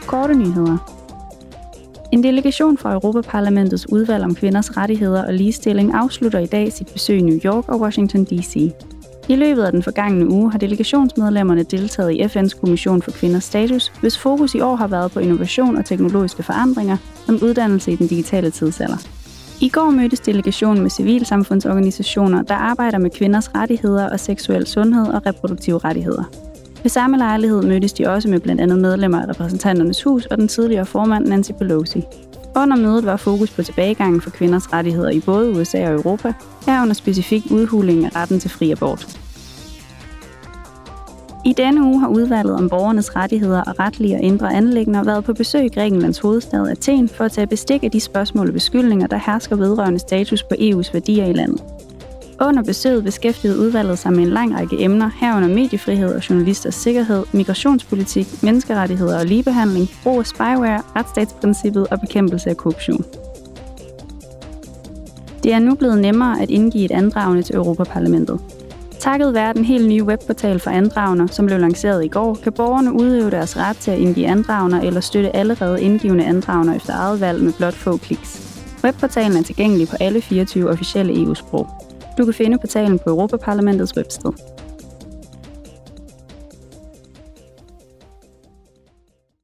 Korte nyheder. En delegation fra Europaparlamentets udvalg om kvinders rettigheder og ligestilling afslutter i dag sit besøg i New York og Washington D.C. I løbet af den forgangne uge har delegationsmedlemmerne deltaget i FN's Kommission for Kvinders Status, hvis fokus i år har været på innovation og teknologiske forandringer, som uddannelse i den digitale tidsalder. I går mødtes delegationen med civilsamfundsorganisationer, der arbejder med kvinders rettigheder og seksuel sundhed og reproduktive rettigheder. Ved samme lejlighed mødtes de også med blandt andet medlemmer af Repræsentanternes Hus og den tidligere formand Nancy Pelosi. Under mødet var fokus på tilbagegangen for kvinders rettigheder i både USA og Europa, herunder specifik udhuling af retten til fri abort. I denne uge har udvalget om borgernes rettigheder og retlige og indre anliggender været på besøg i Grækenlands hovedstad Athen for at tage bestik af de spørgsmål og beskyldninger, der hersker vedrørende status på EU's værdier i landet. Under besøget beskæftigede udvalget sig med en lang række emner, herunder mediefrihed og journalisters sikkerhed, migrationspolitik, menneskerettigheder og ligebehandling, brug af spyware, retsstatsprincippet og bekæmpelse af korruption. Det er nu blevet nemmere at indgive et andragende til Europaparlamentet. Takket være den helt nye webportal for andragner, som blev lanceret i går, kan borgerne udøve deres ret til at indgive andragner eller støtte allerede indgivne andragner efter eget valg med blot få kliks. Webportalen er tilgængelig på alle 24 officielle EU-sprog. Du kan finde portalen på Europaparlamentets websted.